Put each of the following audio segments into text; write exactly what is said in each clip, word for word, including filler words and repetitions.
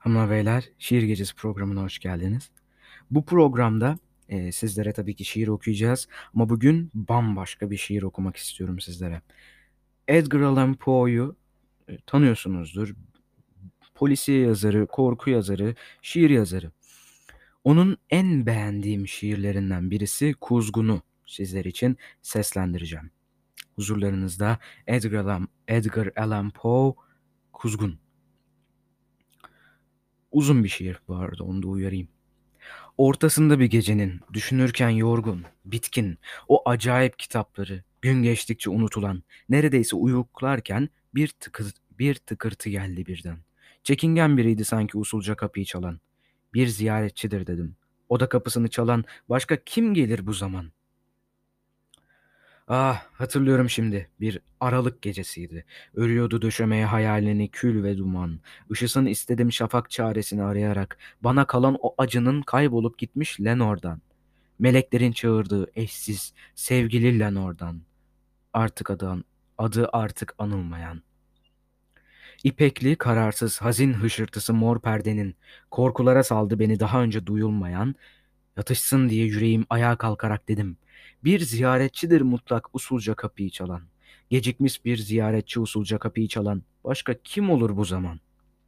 Hanımlar beyler, Şiir Gecesi programına hoş geldiniz. Bu programda e, sizlere tabii ki şiir okuyacağız ama bugün bambaşka bir şiir okumak istiyorum sizlere. Edgar Allan Poe'yu e, tanıyorsunuzdur. Polisiye yazarı, korku yazarı, şiir yazarı. Onun en beğendiğim şiirlerinden birisi Kuzgun'u sizler için seslendireceğim. Huzurlarınızda Edgar Allan, Edgar Allan Poe, Kuzgun. Uzun bir şiir bu arada, onu da uyarayım. Ortasında bir gecenin, düşünürken yorgun, bitkin, o acayip kitapları, gün geçtikçe unutulan, neredeyse uyuklarken bir tıkır, bir tıkırtı geldi birden. Çekingen biriydi sanki usulca kapıyı çalan. Bir ziyaretçidir dedim. Oda kapısını çalan başka kim gelir bu zaman? Ah, hatırlıyorum şimdi. Bir Aralık gecesiydi. Örüyordu döşemeye hayalini kül ve duman. Işısın istedim şafak çaresini arayarak. Bana kalan o acının kaybolup gitmiş Lenor'dan. Meleklerin çağırdığı eşsiz, sevgili Lenor'dan. Artık adı, adı artık anılmayan. İpekli, kararsız, hazin hışırtısı mor perdenin. Korkulara saldı beni daha önce duyulmayan. Yatışsın diye yüreğim ayağa kalkarak dedim. Bir ziyaretçidir mutlak usulca kapıyı çalan. Gecikmiş bir ziyaretçi usulca kapıyı çalan. Başka kim olur bu zaman?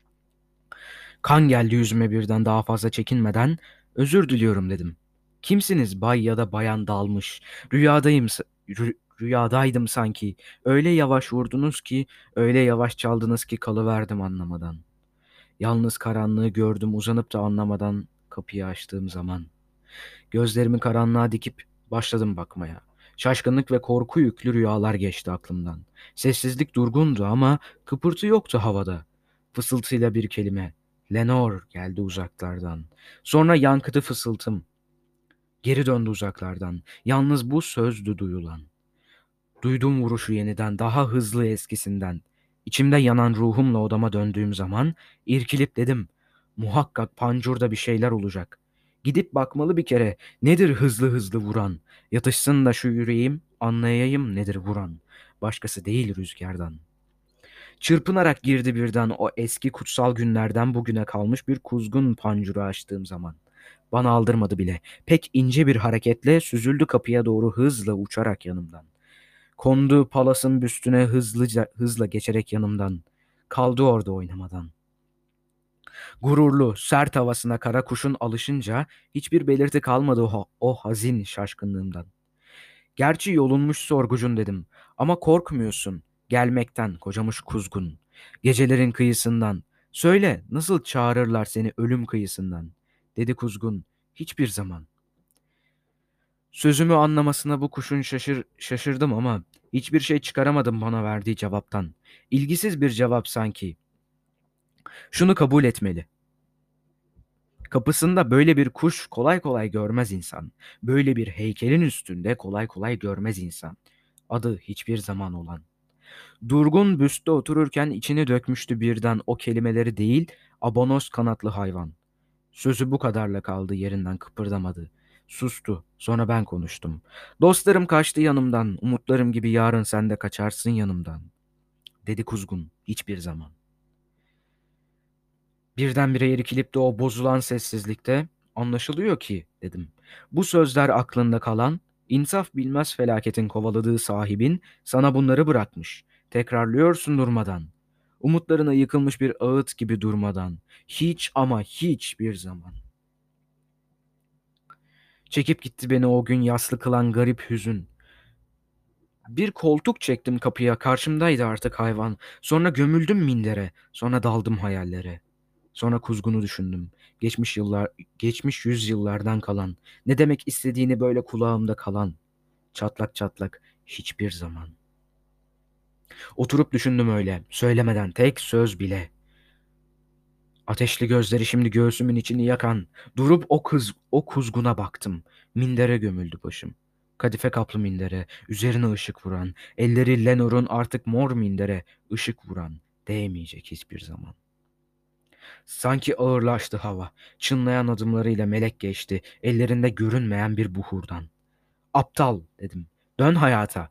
Kan geldi yüzüme birden daha fazla çekinmeden. Özür diliyorum dedim. Kimsiniz bay ya da bayan dalmış? Rüyadayım, sa- rü- rüyadaydım sanki. Öyle yavaş vurdunuz ki, öyle yavaş çaldınız ki kalıverdim anlamadan. Yalnız karanlığı gördüm uzanıp da anlamadan kapıyı açtığım zaman. Gözlerimi karanlığa dikip başladım bakmaya. Şaşkınlık ve korku yüklü rüyalar geçti aklımdan. Sessizlik durgundu ama kıpırtı yoktu havada. Fısıltıyla bir kelime. Lenor geldi uzaklardan. Sonra yankıdı fısıltım. Geri döndü uzaklardan. Yalnız bu sözdü duyulan. Duydum vuruşu yeniden, daha hızlı eskisinden. İçimde yanan ruhumla odama döndüğüm zaman irkilip dedim. Muhakkak pancurda bir şeyler olacak. Gidip bakmalı bir kere nedir hızlı hızlı vuran. Yatışsın da şu yüreğim anlayayım nedir vuran. Başkası değil rüzgardan. Çırpınarak girdi birden o eski kutsal günlerden bugüne kalmış bir kuzgun pancuru açtığım zaman. Bana aldırmadı bile. Pek ince bir hareketle süzüldü kapıya doğru hızla uçarak yanımdan. Kondu palasın büstüne hızlıca hızla geçerek yanımdan. Kaldı orada oynamadan. Gururlu, sert havasına kara kuşun alışınca hiçbir belirti kalmadı o, o hazin şaşkınlığımdan. Gerçi yolunmuş sorgucun dedim ama korkmuyorsun gelmekten kocamış kuzgun. Gecelerin kıyısından. Söyle nasıl çağırırlar seni ölüm kıyısından. Dedi kuzgun hiçbir zaman. Sözümü anlamasına bu kuşun şaşır, şaşırdım ama hiçbir şey çıkaramadım bana verdiği cevaptan. İlgisiz bir cevap sanki. Şunu kabul etmeli. Kapısında böyle bir kuş kolay kolay görmez insan. Böyle bir heykelin üstünde kolay kolay görmez insan. Adı hiçbir zaman olan. Durgun büstte otururken içini dökmüştü birden o kelimeleri değil, abonos kanatlı hayvan. Sözü bu kadarla kaldı yerinden kıpırdamadı. Sustu. Sonra ben konuştum. Dostlarım kaçtı yanımdan. Umutlarım gibi yarın sen de kaçarsın yanımdan. Dedi kuzgun hiçbir zaman. Birdenbire irkilip de o bozulan sessizlikte anlaşılıyor ki dedim. Bu sözler aklında kalan, insaf bilmez felaketin kovaladığı sahibin sana bunları bırakmış. Tekrarlıyorsun durmadan. Umutlarına yıkılmış bir ağıt gibi durmadan. Hiç ama hiçbir zaman. Çekip gitti beni o gün yaslı kılan garip hüzün. Bir koltuk çektim kapıya, karşımdaydı artık hayvan. Sonra gömüldüm mindere, sonra daldım hayallere. Sonra kuzgunu düşündüm. Geçmiş yıllar, geçmiş yüzyıllardan kalan, ne demek istediğini böyle kulağımda kalan. Çatlak çatlak hiçbir zaman. Oturup düşündüm öyle, söylemeden tek söz bile. Ateşli gözleri şimdi göğsümün içini yakan. Durup o kız, o kuzguna baktım. Mindere gömüldü başım. Kadife kaplı mindere, üzerine ışık vuran, elleri Lenor'un artık mor mindere, ışık vuran, değmeyecek hiçbir zaman. Sanki ağırlaştı hava, çınlayan adımlarıyla melek geçti, ellerinde görünmeyen bir buhurdan. Aptal dedim, dön hayata.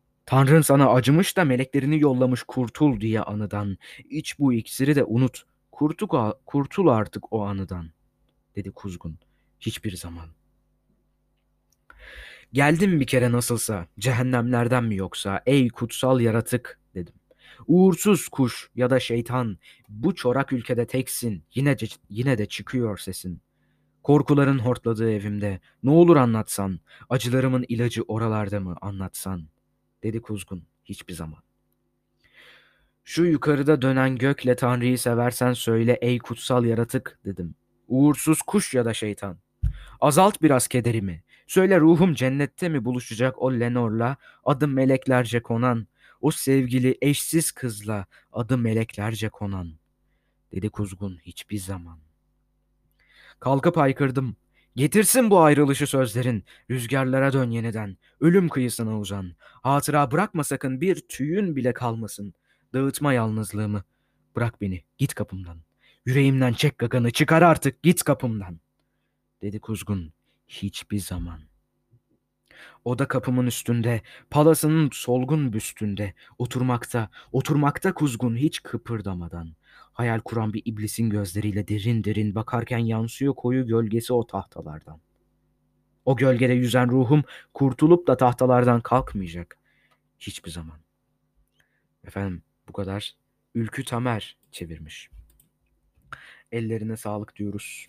Tanrın sana acımış da meleklerini yollamış kurtul diye anıdan. İç bu iksiri de unut, Kurtul, kurtul artık o anıdan, dedi kuzgun. Hiçbir zaman. Geldim bir kere nasılsa, cehennemlerden mi yoksa, ey kutsal yaratık, dedim. Uğursuz kuş ya da şeytan, bu çorak ülkede teksin, yine de, yine de çıkıyor sesin. Korkuların hortladığı evimde, ne olur anlatsan, acılarımın ilacı oralarda mı anlatsan, dedi kuzgun, hiçbir zaman. Şu yukarıda dönen gökle Tanrı'yı seversen söyle ey kutsal yaratık, dedim. Uğursuz kuş ya da şeytan. Azalt biraz kederimi. Söyle ruhum cennette mi buluşacak o Lenor'la, adı meleklerce konan, o sevgili eşsiz kızla, adı meleklerce konan, dedi kuzgun hiçbir zaman. Kalkıp haykırdım. Getirsin bu ayrılışı sözlerin, rüzgarlara dön yeniden, ölüm kıyısına uzan. Hatıra bırakma sakın, bir tüyün bile kalmasın. Dağıtma yalnızlığımı. Bırak beni, git kapımdan. Yüreğimden çek gaganı, çıkar artık, git kapımdan, dedi kuzgun hiçbir zaman. Oda kapımın üstünde, palasının solgun büstünde, oturmakta, oturmakta kuzgun hiç kıpırdamadan. Hayal kuran bir iblisin gözleriyle derin derin bakarken yansıyor koyu gölgesi o tahtalardan. O gölgede yüzen ruhum kurtulup da tahtalardan kalkmayacak hiçbir zaman. Efendim bu kadar. Ülkü Tamer çevirmiş. Ellerine sağlık diyoruz.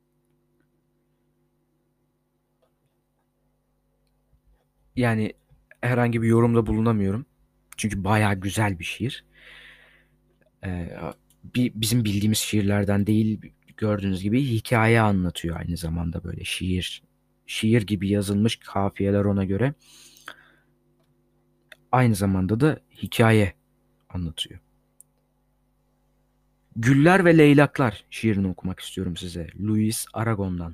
Yani herhangi bir yorumda bulunamıyorum. Çünkü bayağı güzel bir şiir. Ee, bir, bizim bildiğimiz şiirlerden değil, gördüğünüz gibi hikaye anlatıyor aynı zamanda, böyle şiir. Şiir gibi yazılmış kafiyeler ona göre. Aynı zamanda da hikaye anlatıyor. Güller ve Leylaklar şiirini okumak istiyorum size. Louis Aragon'dan.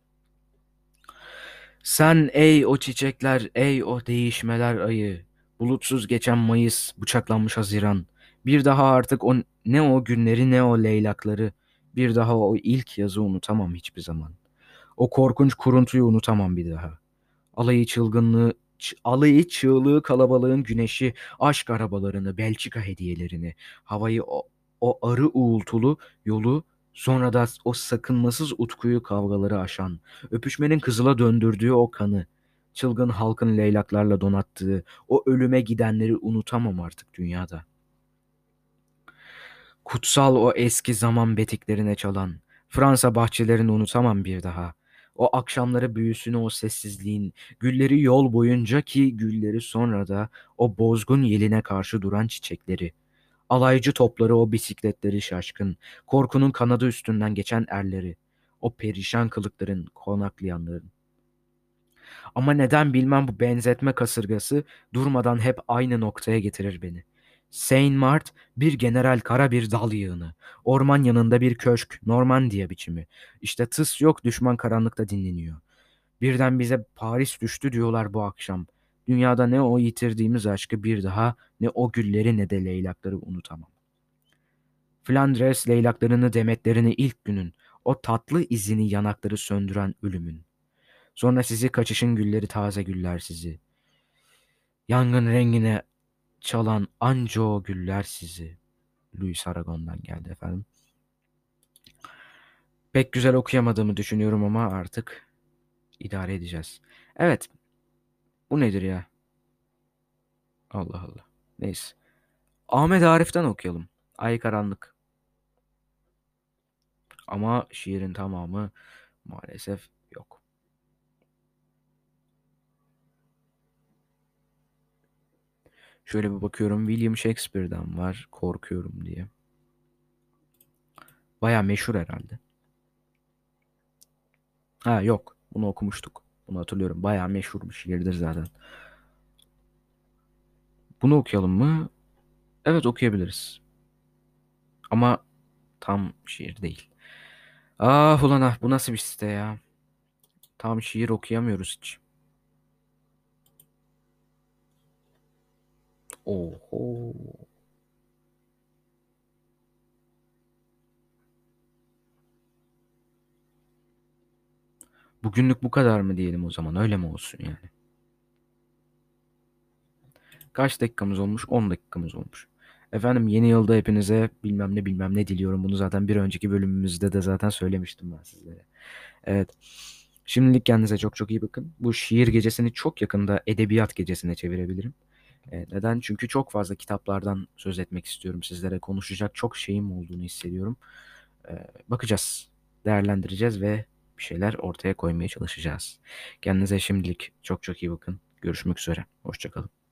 Sen ey o çiçekler, ey o değişmeler ayı, bulutsuz geçen Mayıs, bıçaklanmış Haziran. Bir daha artık o ne o günleri ne o leylakları, bir daha o ilk yazı unutamam hiçbir zaman. O korkunç kuruntuyu unutamam bir daha. Alayı çılgınlığı, ç- alayı çığlığı kalabalığın güneşi, aşk arabalarını, Belçika hediyelerini, havayı o, o arı uğultulu yolu, sonra da o sakınmasız utkuyu kavgaları aşan, öpüşmenin kızıla döndürdüğü o kanı, çılgın halkın leylaklarla donattığı, o ölüme gidenleri unutamam artık dünyada. Kutsal o eski zaman betiklerine çalan, Fransa bahçelerini unutamam bir daha. O akşamları büyüsünü o sessizliğin, gülleri yol boyunca ki gülleri sonra da o bozgun yeline karşı duran çiçekleri. Alaycı topları o bisikletleri şaşkın, korkunun kanadı üstünden geçen erleri. O perişan kılıkların konaklayanların. Ama neden bilmem bu benzetme kasırgası durmadan hep aynı noktaya getirir beni. Saint Mart bir general kara bir dal yığını. Orman yanında bir köşk, Normandiya biçimi. İşte tıs yok düşman karanlıkta dinleniyor. Birden bize Paris düştü diyorlar bu akşam. Dünyada ne o yitirdiğimiz aşkı bir daha, ne o gülleri ne de leylakları unutamam. Flandres leylaklarını demetlerini ilk günün, o tatlı izini yanakları söndüren ölümün. Sonra sizi kaçışın gülleri taze güller sizi. Yangın rengine çalan anca o güller sizi. Louis Aragon'dan geldi efendim. Pek güzel okuyamadığımı düşünüyorum ama artık idare edeceğiz. Evet, bu nedir ya? Allah Allah. Neyse. Ahmet Arif'ten okuyalım. Ay karanlık. Ama şiirin tamamı maalesef yok. Şöyle bir bakıyorum. William Shakespeare'den var. Korkuyorum diye. Baya meşhur herhalde. Ha yok. Bunu okumuştuk. Bunu hatırlıyorum. Baya meşhur bir şiirdir zaten. Bunu okuyalım mı? Evet okuyabiliriz. Ama tam şiir değil. Ah ulan ah, bu nasıl bir site ya? Tam şiir okuyamıyoruz hiç. Oho. Bugünlük bu kadar mı diyelim o zaman? Öyle mi olsun yani? Kaç dakikamız olmuş? on dakikamız olmuş. Efendim yeni yılda hepinize bilmem ne bilmem ne diliyorum. Bunu zaten bir önceki bölümümüzde de zaten söylemiştim ben sizlere. Evet. Şimdilik kendinize çok çok iyi bakın. Bu şiir gecesini çok yakında edebiyat gecesine çevirebilirim. E, neden? Çünkü çok fazla kitaplardan söz etmek istiyorum sizlere. Konuşacak çok şeyim olduğunu hissediyorum. E, bakacağız, değerlendireceğiz ve bir şeyler ortaya koymaya çalışacağız. Kendinize şimdilik çok çok iyi bakın. Görüşmek üzere. Hoşça kalın.